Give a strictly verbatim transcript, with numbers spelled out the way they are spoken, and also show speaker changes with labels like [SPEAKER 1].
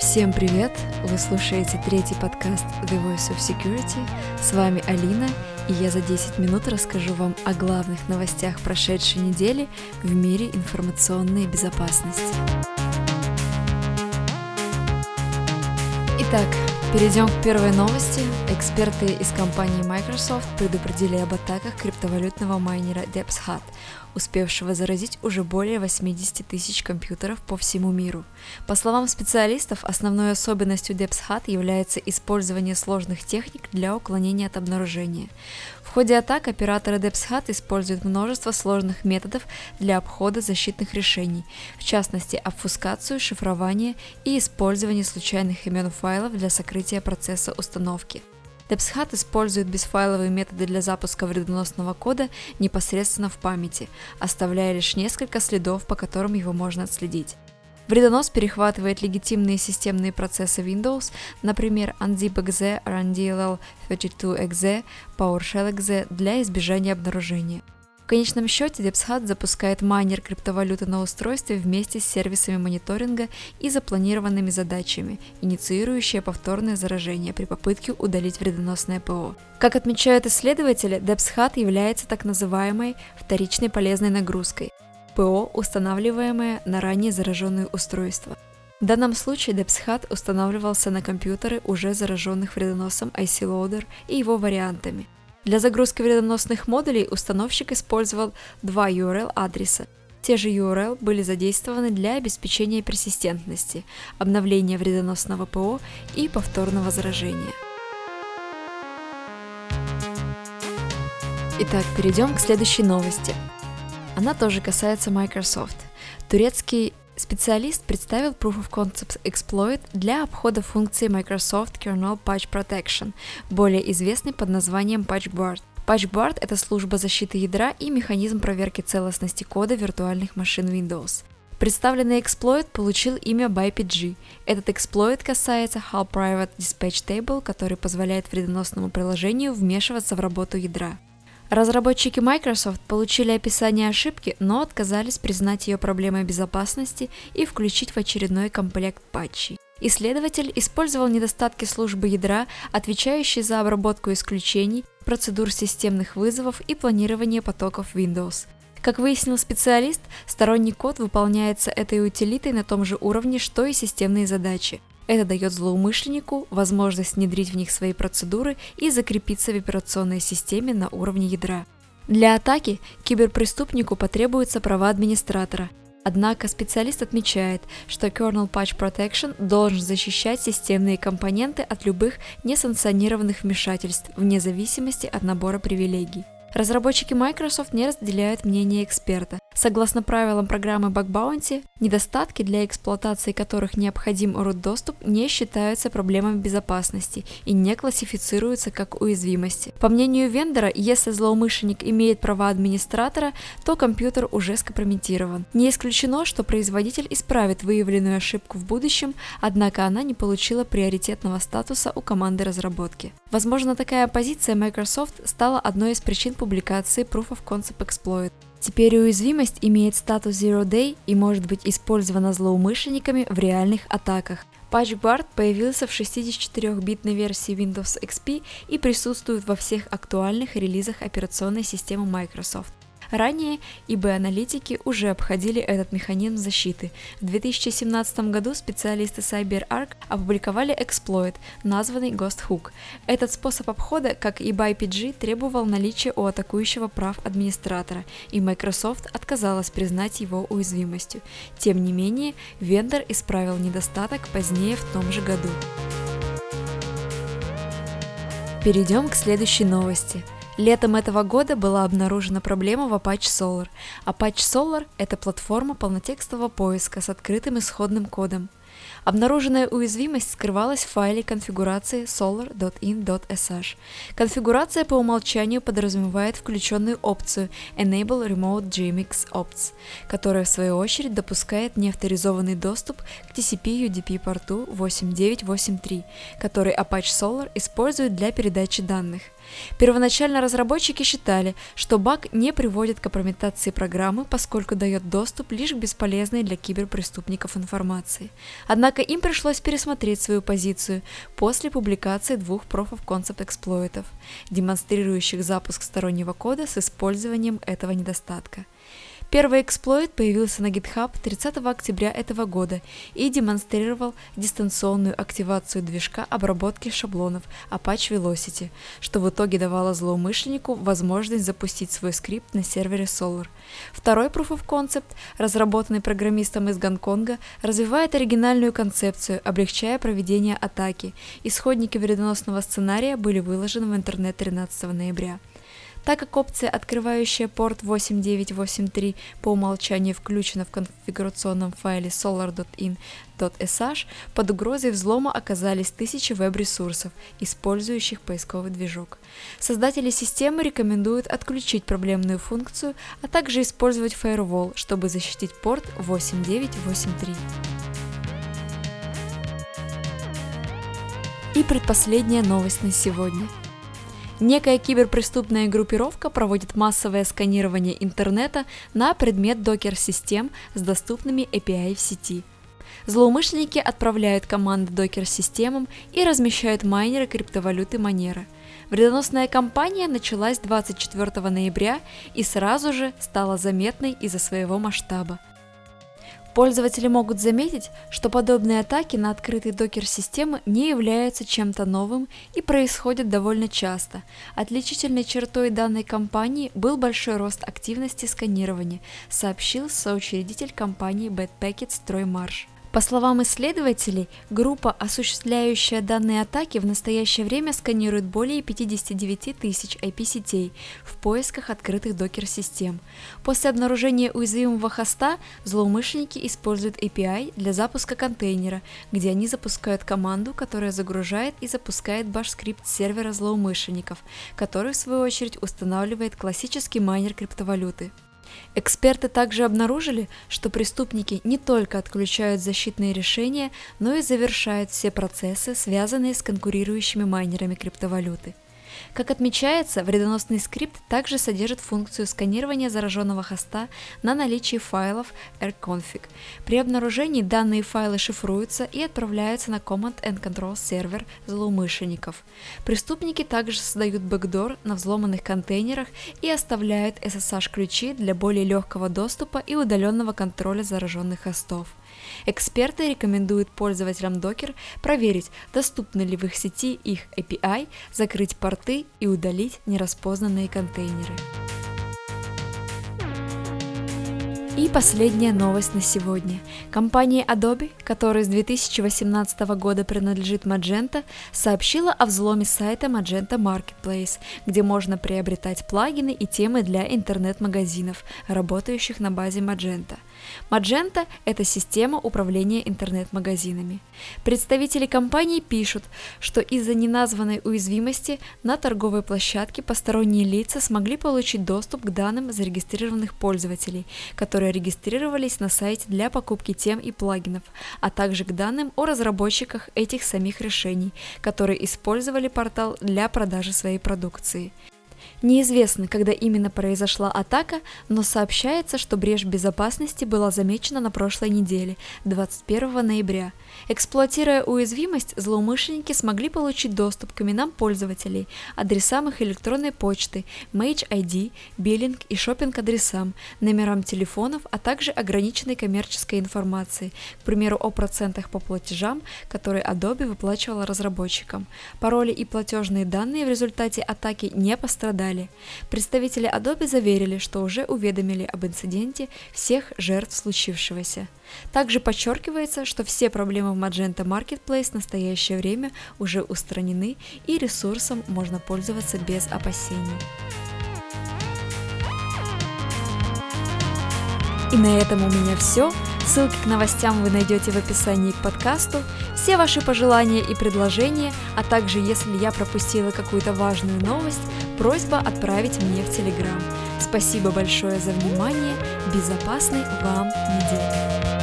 [SPEAKER 1] Всем привет! Вы слушаете третий подкаст The Voice of Security. С вами Алина, и я за десять минут расскажу вам о главных новостях прошедшей недели в мире информационной безопасности. Итак, перейдем к первой новости. Эксперты из компании Microsoft предупредили об атаках криптовалютного майнера DeepShat, успевшего заразить уже более восемьдесят тысяч компьютеров по всему миру. По словам специалистов, основной особенностью DeepShat является использование сложных техник для уклонения от обнаружения. В ходе атак операторы DeepShat используют множество сложных методов для обхода защитных решений, в частности обфускацию, шифрование и использование случайных имен файлов для сокрытия процесса установки. DeepShat использует безфайловые методы для запуска вредоносного кода непосредственно в памяти, оставляя лишь несколько следов, по которым его можно отследить. Вредонос перехватывает легитимные системные процессы Windows, например, unzip.exe, rundll тридцать два экс и, PowerShell.exe для избежания обнаружения. В конечном счете DeepShat запускает майнер криптовалюты на устройстве вместе с сервисами мониторинга и запланированными задачами, инициирующие повторное заражение при попытке удалить вредоносное ПО. Как отмечают исследователи, DeepShat является так называемой вторичной полезной нагрузкой – ПО, устанавливаемое на ранее зараженные устройства. В данном случае DeepShat устанавливался на компьютеры, уже зараженных вредоносом ай си Loader и его вариантами. Для загрузки вредоносных модулей установщик использовал два ю ар эл-адреса. Те же ю ар эл были задействованы для обеспечения персистентности, обновления вредоносного ПО и повторного заражения. Итак, перейдем к следующей новости. Она тоже касается Microsoft. Турецкий специалист представил Proof of Concept Exploit для обхода функции Microsoft Kernel Patch Protection, более известный под названием PatchGuard. PatchGuard – это служба защиты ядра и механизм проверки целостности кода виртуальных машин Windows. Представленный эксплойт получил имя би ай пи джи. Этот эксплойт касается Hull Private Dispatch Table, который позволяет вредоносному приложению вмешиваться в работу ядра. Разработчики Microsoft получили описание ошибки, но отказались признать ее проблемой безопасности и включить в очередной комплект патчей. Исследователь использовал недостатки службы ядра, отвечающей за обработку исключений, процедур системных вызовов и планирование потоков Windows. Как выяснил специалист, сторонний код выполняется этой утилитой на том же уровне, что и системные задачи. Это дает злоумышленнику возможность внедрить в них свои процедуры и закрепиться в операционной системе на уровне ядра. Для атаки киберпреступнику потребуются права администратора. Однако специалист отмечает, что Kernel Patch Protection должен защищать системные компоненты от любых несанкционированных вмешательств вне зависимости от набора привилегий. Разработчики Microsoft не разделяют мнение эксперта. Согласно правилам программы Bug Bounty, недостатки, для эксплуатации которых необходим root-доступ, не считаются проблемами безопасности и не классифицируются как уязвимости. По мнению вендора, если злоумышленник имеет права администратора, то компьютер уже скомпрометирован. Не исключено, что производитель исправит выявленную ошибку в будущем, однако она не получила приоритетного статуса у команды разработки. Возможно, такая позиция Microsoft стала одной из причин публикации Proof of Concept Exploit. Теперь уязвимость имеет статус Zero Day и может быть использована злоумышленниками в реальных атаках. PatchGuard появился в шестидесятичетырёхбитной версии Windows икс пи и присутствует во всех актуальных релизах операционной системы Microsoft. Ранее и би-аналитики уже обходили этот механизм защиты. В две тысячи семнадцатом году специалисты CyberArk опубликовали эксплойт, названный Ghost Hook. Этот способ обхода, как и би ай пи джи, требовал наличия у атакующего прав администратора, и Microsoft отказалась признать его уязвимостью. Тем не менее, вендор исправил недостаток позднее в том же году. Перейдем к следующей новости. Летом этого года была обнаружена проблема в Apache Solr. Apache Solr – это платформа полнотекстового поиска с открытым исходным кодом. Обнаруженная уязвимость скрывалась в файле конфигурации solr точка in точка sh. Конфигурация по умолчанию подразумевает включенную опцию Enable Remote джи эм икс Opts, которая в свою очередь допускает неавторизованный доступ к ти си пи ю ди пи порту восемь девять восемь три, который Apache Solr использует для передачи данных. Первоначально разработчики считали, что баг не приводит к компрометации программы, поскольку дает доступ лишь к бесполезной для киберпреступников информации. Однако им пришлось пересмотреть свою позицию после публикации двух Proof of Concept эксплойтов, демонстрирующих запуск стороннего кода с использованием этого недостатка. Первый эксплойт появился на GitHub тридцатого октября этого года и демонстрировал дистанционную активацию движка обработки шаблонов Apache Velocity, что в итоге давало злоумышленнику возможность запустить свой скрипт на сервере Solr. Второй Proof of Concept, разработанный программистом из Гонконга, развивает оригинальную концепцию, облегчая проведение атаки. Исходники вредоносного сценария были выложены в интернет тринадцатого ноября. Так как опция, открывающая порт восемь девять восемь три, по умолчанию включена в конфигурационном файле solr точка in точка sh, под угрозой взлома оказались тысячи веб-ресурсов, использующих поисковый движок. Создатели системы рекомендуют отключить проблемную функцию, а также использовать Firewall, чтобы защитить порт восемь девять восемь три. И предпоследняя новость на сегодня. Некая киберпреступная группировка проводит массовое сканирование интернета на предмет докер-систем с доступными эй пи ай в сети. Злоумышленники отправляют команды докер-системам и размещают майнеры криптовалюты Monero. Вредоносная кампания началась двадцать четвёртого ноября и сразу же стала заметной из-за своего масштаба. Пользователи могут заметить, что подобные атаки на открытые докер-системы не являются чем-то новым и происходят довольно часто. Отличительной чертой данной кампании был большой рост активности сканирования, сообщил соучредитель компании Betpacket Строймарш. По словам исследователей, группа, осуществляющая данные атаки, в настоящее время сканирует более пятьдесят девять тысяч ай пи-сетей в поисках открытых докер-систем. После обнаружения уязвимого хоста злоумышленники используют эй пи ай для запуска контейнера, где они запускают команду, которая загружает и запускает баш-скрипт сервера злоумышленников, который в свою очередь устанавливает классический майнер криптовалюты. Эксперты также обнаружили, что преступники не только отключают защитные решения, но и завершают все процессы, связанные с конкурирующими майнерами криптовалюты. Как отмечается, вредоносный скрипт также содержит функцию сканирования зараженного хоста на наличие файлов rconfig. При обнаружении данные файлы шифруются и отправляются на Command and Control сервер злоумышленников. Преступники также создают бэкдор на взломанных контейнерах и оставляют эс эс эйч-ключи для более легкого доступа и удаленного контроля зараженных хостов. Эксперты рекомендуют пользователям Docker проверить, доступны ли в их сети их эй пи ай, закрыть порты и удалить нераспознанные контейнеры. И последняя новость на сегодня. Компания Adobe, которая с две тысячи восемнадцатого года принадлежит Magento, сообщила о взломе сайта Magento Marketplace, где можно приобретать плагины и темы для интернет-магазинов, работающих на базе Magento. Magento – это система управления интернет-магазинами. Представители компании пишут, что из-за неназванной уязвимости на торговой площадке посторонние лица смогли получить доступ к данным зарегистрированных пользователей, которые регистрировались на сайте для покупки тем и плагинов, а также к данным о разработчиках этих самих решений, которые использовали портал для продажи своей продукции. Неизвестно, когда именно произошла атака, но сообщается, что брешь безопасности была замечена на прошлой неделе, двадцать первого ноября. Эксплуатируя уязвимость, злоумышленники смогли получить доступ к именам пользователей, адресам их электронной почты, Mage ай ди, биллинг и шопинг-адресам, номерам телефонов, а также ограниченной коммерческой информации, к примеру, о процентах по платежам, которые Adobe выплачивала разработчикам. Пароли и платежные данные в результате атаки не пострадали. Представители Adobe заверили, что уже уведомили об инциденте всех жертв случившегося. Также подчеркивается, что все проблемы в Magento Marketplace в настоящее время уже устранены и ресурсом можно пользоваться без опасений. И на этом у меня все. Ссылки к новостям вы найдете в описании к подкасту. Все ваши пожелания и предложения, а также если я пропустила какую-то важную новость, просьба отправить мне в Telegram. Спасибо большое за внимание. Безопасной вам недели.